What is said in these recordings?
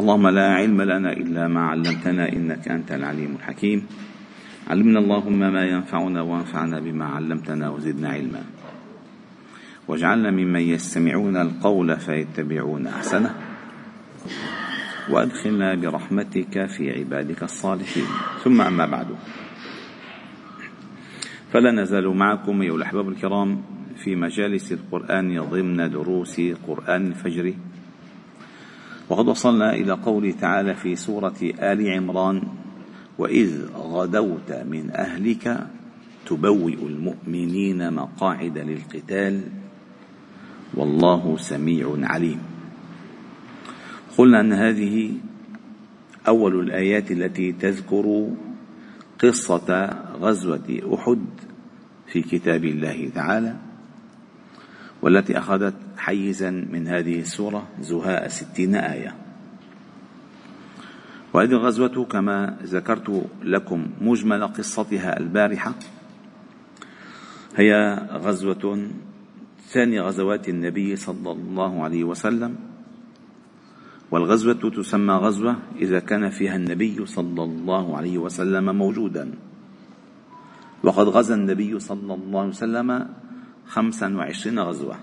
اللهم لا علم لنا إلا ما علمتنا إنك أنت العليم الحكيم. علمنا اللهم ما ينفعنا وانفعنا بما علمتنا وزدنا علما، واجعلنا ممن يستمعون القول فيتبعون أحسنه، وأدخلنا برحمتك في عبادك الصالحين. ثم أما بعد، فلا نزال معكم أيها الأحباب الكرام في مجالس القرآن ضمن دروس قرآن الفجر، وقد وصلنا إلى قوله تعالى في سورة آل عمران: وإذ غدوت من أهلك تبوئ المؤمنين مقاعد للقتال والله سميع عليم. قلنا أن هذه أول الآيات التي تذكر قصة غزوة أحد في كتاب الله تعالى، والتي أخذت حيزا من هذه السورة زهاء 60 آية. وهذه الغزوة كما ذكرت لكم مجمل قصتها البارحة هي غزوة ثاني غزوات النبي صلى الله عليه وسلم، والغزوة تسمى غزوة إذا كان فيها النبي صلى الله عليه وسلم موجودا، وقد غزا النبي صلى الله عليه وسلم 25 غزوة،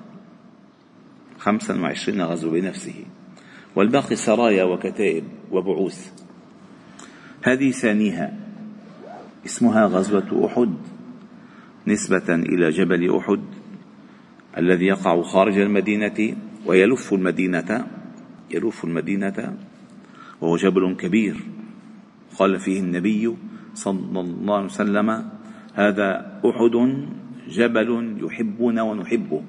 25 غزوة بنفسه، والباقي سرايا وكتائب وبعوث. هذه ثانيها، اسمها غزوة أحد نسبة إلى جبل أحد الذي يقع خارج المدينة ويلف المدينة، وهو جبل كبير قال فيه النبي صلى الله عليه وسلم: هذا أحد جبل يحبنا ونحبه.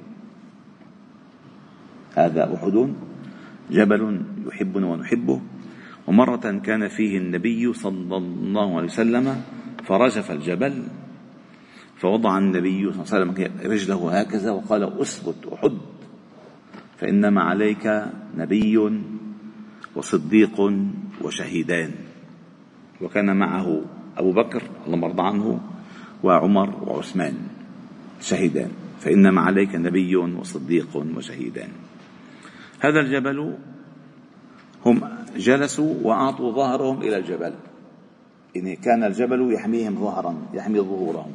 هذا أحد جبل يحبنا ونحبه. ومرة كان فيه النبي صلى الله عليه وسلم فرجف الجبل، فوضع النبي صلى الله عليه وسلم رجله هكذا وقال: أثبت أحد، فإنما عليك نبي وصديق وشهيدان. وكان معه أبو بكر اللهم ارض عنه وعمر وعثمان شهيدان، فإنما عليك نبي وصديق وشهيدان. هذا الجبل هم جلسوا وأعطوا ظهرهم إلى الجبل، إن كان الجبل يحميهم ظهرا، يحمي ظهورهم.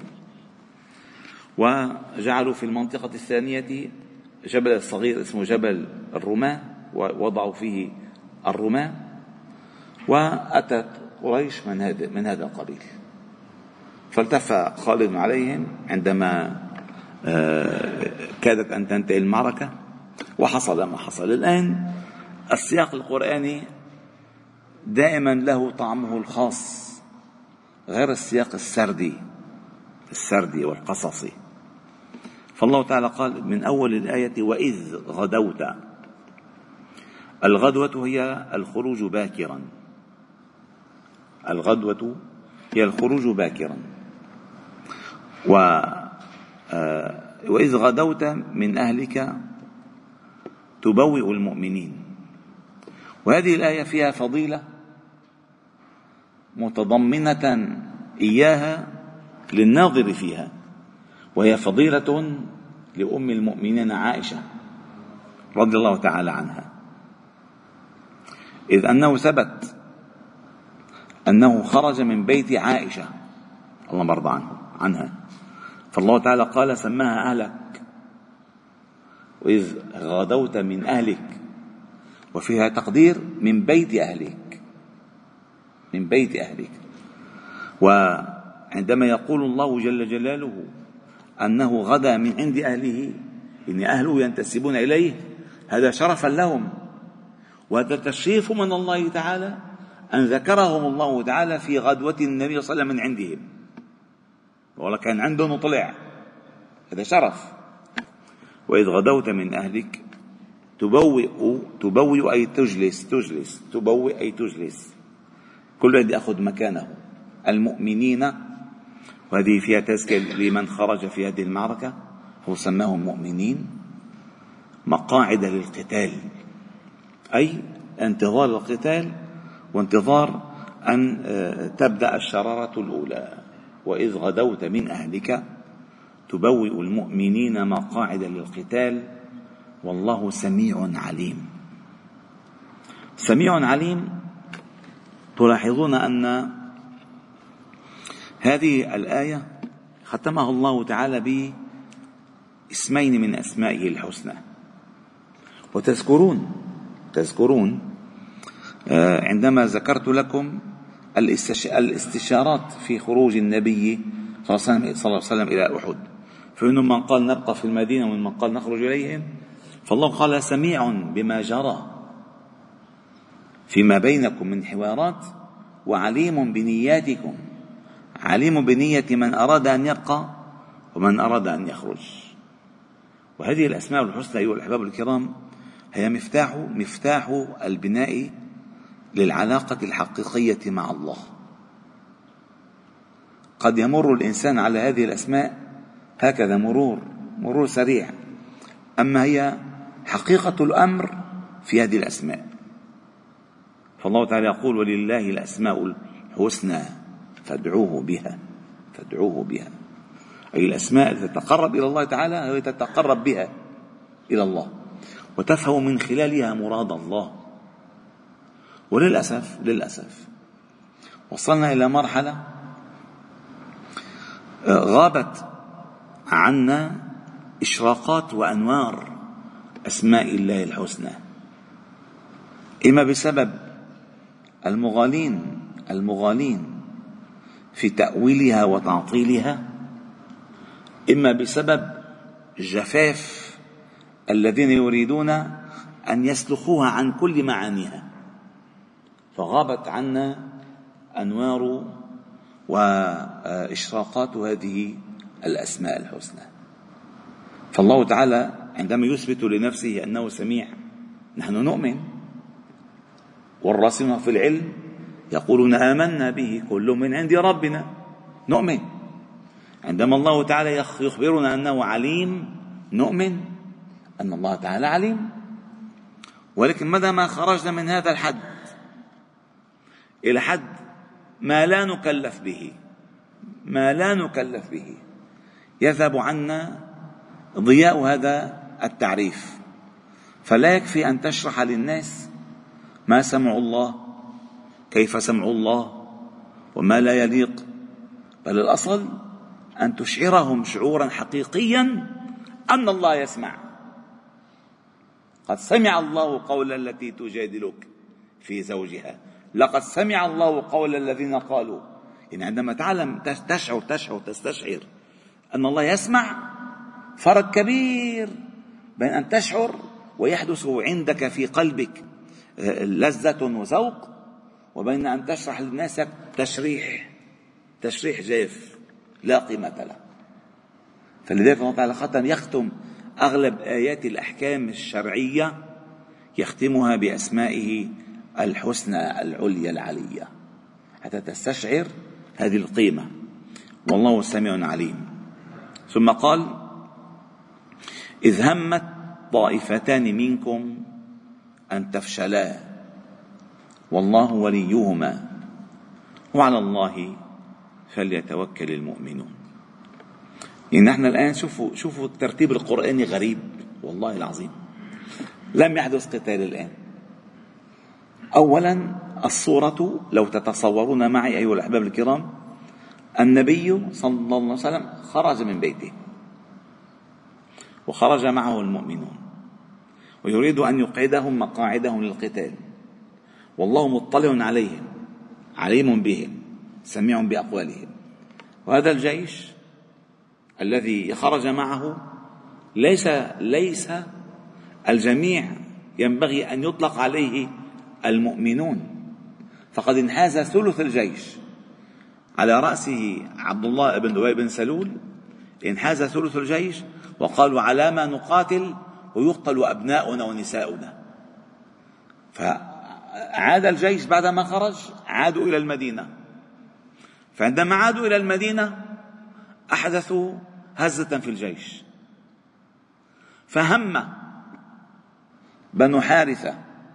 وجعلوا في المنطقة الثانية جبل صغير اسمه جبل الرماة، ووضعوا فيه الرماة. وأتت قريش من هذا القبيل، فالتف خالد عليهم عندما كادت أن تنتهي المعركة، وحصل ما حصل. الآن السياق القرآني دائما له طعمه الخاص غير السياق السردي والقصصي. فالله تعالى قال من أول الآية: وإذ غدوت. الغدوة هي الخروج باكرا، الغدوة هي الخروج باكرا. وإذ غدوت من أهلك تبوئ المؤمنين. وهذه الآية فيها فضيلة متضمنة إياها للناظر فيها، وهي فضيلة لأم المؤمنين عائشة رضي الله تعالى عنها، إذ أنه ثبت أنه خرج من بيت عائشة اللهم ارضى عنها، فالله تعالى قال سماها أهلك، وإذ غدوت من أهلك، وفيها تقدير من بيت أهلك، من بيت أهلك. وعندما يقول الله جل جلاله أنه غدا من عند أهله، إن أهله ينتسبون إليه، هذا شرفا لهم، وهذا تشريف من الله تعالى أن ذكرهم الله تعالى في غدوة النبي صلى الله عليه وسلم من عندهم، ولا كان عندهم وطلع، هذا شرف. وإذ غدوت من أهلك تبوئ أي تجلس، تبوئ أي تجلس، كل واحد يأخذ مكانه. المؤمنين، وهذه فيها تذكر لمن خرج في هذه المعركة، هو سماهم مؤمنين، مقاعد للقتال، أي انتظار القتال وانتظار أن تبدأ الشرارة الأولى. وإذ غدوت من أهلك تبوئ المؤمنين مقاعد للقتال والله سميع عليم. سميع عليم. تلاحظون أن هذه الآية ختمها الله تعالى باسمين من أسمائه الحسنى. وتذكرون عندما ذكرت لكم الاستشارات في خروج النبي صلى الله عليه وسلم إلى أحد، فمنهم من قال نبقى في المدينة ومن قال نخرج إليهم، فالله قال سميع بما جرى فيما بينكم من حوارات وعليم بنياتكم، عليم بنية من أراد أن يبقى ومن أراد أن يخرج. وهذه الأسماء الحسنى أيها الأحباب الكرام هي مفتاح البناء للعلاقة الحقيقية مع الله. قد يمر الإنسان على هذه الأسماء هكذا مرور سريع، أما هي حقيقة الأمر في هذه الأسماء. فالله تعالى يقول ولله الأسماء الحسنى فادعوه بها، أي الأسماء التي تتقرب إلى الله تعالى هي تتقرب بها إلى الله وتفهم من خلالها مراد الله. وللأسف وصلنا إلى مرحلة غابت عنا إشراقات وأنوار أسماء الله الحسنى، إما بسبب المغالين في تأويلها وتعطيلها، إما بسبب جفاف الذين يريدون أن يسلخوها عن كل معانيها، فغابت عنا أنوار وإشراقات هذه الأسماء الحسنى. فالله تعالى عندما يثبت لنفسه أنه سميع نحن نؤمن، والراسخون في العلم يقولون آمنا به كل من عند ربنا، نؤمن. عندما الله تعالى يخبرنا أنه عليم نؤمن أن الله تعالى عليم. ولكن مدى ما خرجنا من هذا الحد إلى حد ما لا نكلف به يذهب عنا ضياء هذا التعريف. فلا يكفي أن تشرح للناس ما سمعوا الله، كيف سمعوا الله، وما لا يليق، بل الأصل أن تشعرهم شعورا حقيقيا أن الله يسمع. قد سمع الله قول التي تجادلك في زوجها، لقد سمع الله قول الذين قالوا. يعني عندما تعلم تستشعر أن الله يسمع، فرق كبير بين أن تشعر ويحدث عندك في قلبك لذة وذوق، وبين أن تشرح للناس تشريح جاف لا قيمة له. فلذلك الله تعالى يختم أغلب آيات الأحكام الشرعية يختمها بأسمائه الحسنى العليا العلية حتى تستشعر هذه القيمة. والله سميع عليم. ثم قال إذ همت طائفتان منكم أن تفشلا والله وليهما وعلى الله فليتوكل المؤمنون. يعني نحن الآن شوفوا الترتيب القرآني غريب والله العظيم. لم يحدث قتال الآن. أولا الصورة لو تتصورون معي أيها الأحباب الكرام، النبي صلى الله عليه وسلم خرج من بيته وخرج معه المؤمنون ويريد أن يقعدهم مقاعدهم للقتال، والله مطلع عليهم عليم بهم سميع بأقوالهم. وهذا الجيش الذي خرج معه ليس الجميع ينبغي أن يطلق عليه المؤمنون، فقد انحاز ثلث الجيش على رأسه عبد الله بن أبي بن سلول، انحاز ثلث الجيش وقالوا على ما نقاتل ويقتل أبناؤنا ونساؤنا. فعاد الجيش بعدما خرج عادوا إلى المدينة، فعندما عادوا إلى المدينة أحدثوا هزة في الجيش، فهم بنو حارثة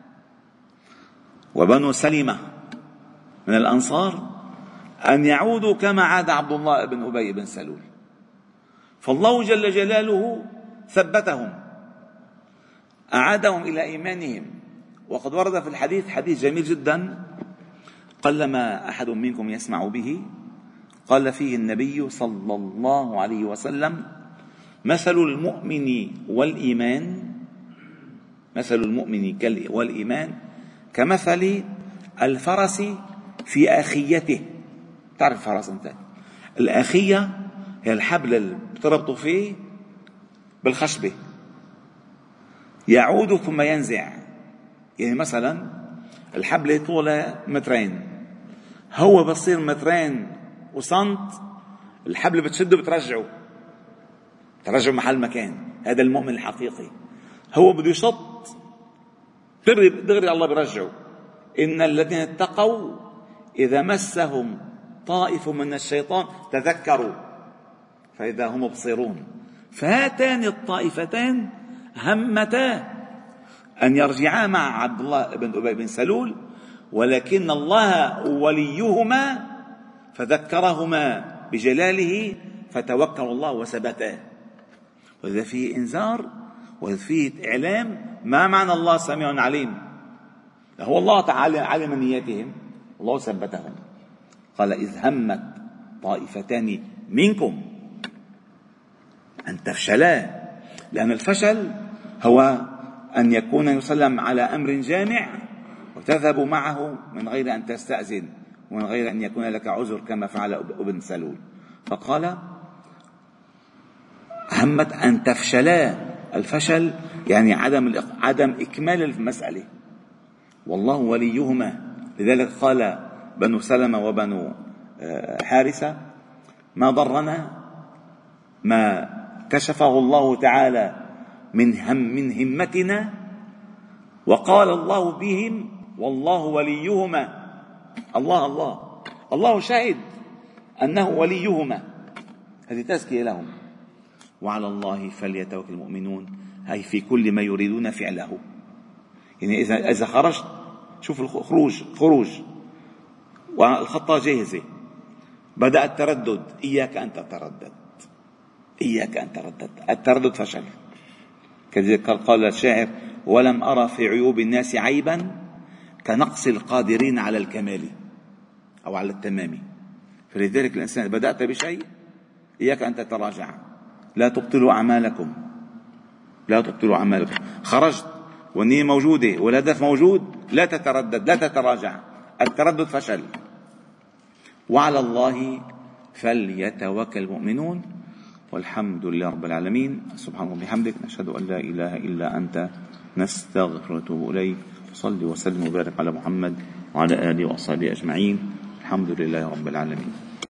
وبنو سلمة من الأنصار أن يعودوا كما عاد عبد الله بن أبي بن سلول، فالله جل جلاله ثبتهم، أعادهم إلى إيمانهم وقد ورد في الحديث حديث جميل جدا قلما أحد منكم يسمع به، قال فيه النبي صلى الله عليه وسلم: مثل المؤمن والإيمان كمثل الفرس في آخيته. تعرف الفرس أنت؟ الآخية هي الحبل اللي بتربطوا فيه بالخشبة، يعود ثم ينزع. يعني مثلا الحبل طوله 2 متر، هو بصير 2 متر وسنت، الحبل بتشده بترجعه محل مكان. هذا المؤمن الحقيقي، هو بده يشط دغري الله برجعه. إن الذين اتقوا إذا مسهم طائف من الشيطان تذكروا فإذا هم مبصرون. فهاتان الطائفتان همتا أن يرجعا مع عبد الله بن أبي بن سلول، ولكن الله وليهما فذكرهما بجلاله فتوكلوا الله وثبتا. وإذا فيه إنذار وإذا فيه إعلام ما معنى الله سميع عليم. هو الله تعالى علم نياتهم، الله ثبتهم. قال: إذ همت طائفتان منكم أن تفشلا. لأن الفشل هو أن يكون يسلم على أمر جامع وتذهب معه من غير أن تستأذن ومن غير أن يكون لك عذر كما فعل ابن سلول. فقال: همت أن تفشلا. الفشل يعني عدم إكمال المسألة، والله وليهما. لذلك قال بنو سلمة وبنو حارثة: ما ضرنا ما كشفه الله تعالى من همتنا، وقال الله بهم والله وليهما. الله شهد أنه وليهما، هذه تزكية لهم. وعلى الله فليتوكل المؤمنون، هي في كل ما يريدون فعله. يعني إذا خرجت، شوف خروج والخطة جاهزة، بدأ التردد، إياك أن تتردد. التردد فشل. كذلك قال الشاعر: ولم أرى في عيوب الناس عيبا كنقص القادرين على الكمال أو على التمام. فلذلك الإنسان بدأت بشيء إياك أن تتراجع. لا تبطلوا أعمالكم. خرجت والنية موجودة والهدف موجود، لا تتردد، لا تتراجع. التردد فشل. وعلى الله فليتوكل المؤمنون. والحمد لله رب العالمين. سبحانه وبحمدك، نشهد أن لا إله إلا أنت، نستغفر ونتوب إليك. صل وسلم وبارك على محمد وعلى آله وأصحابه أجمعين. الحمد لله رب العالمين.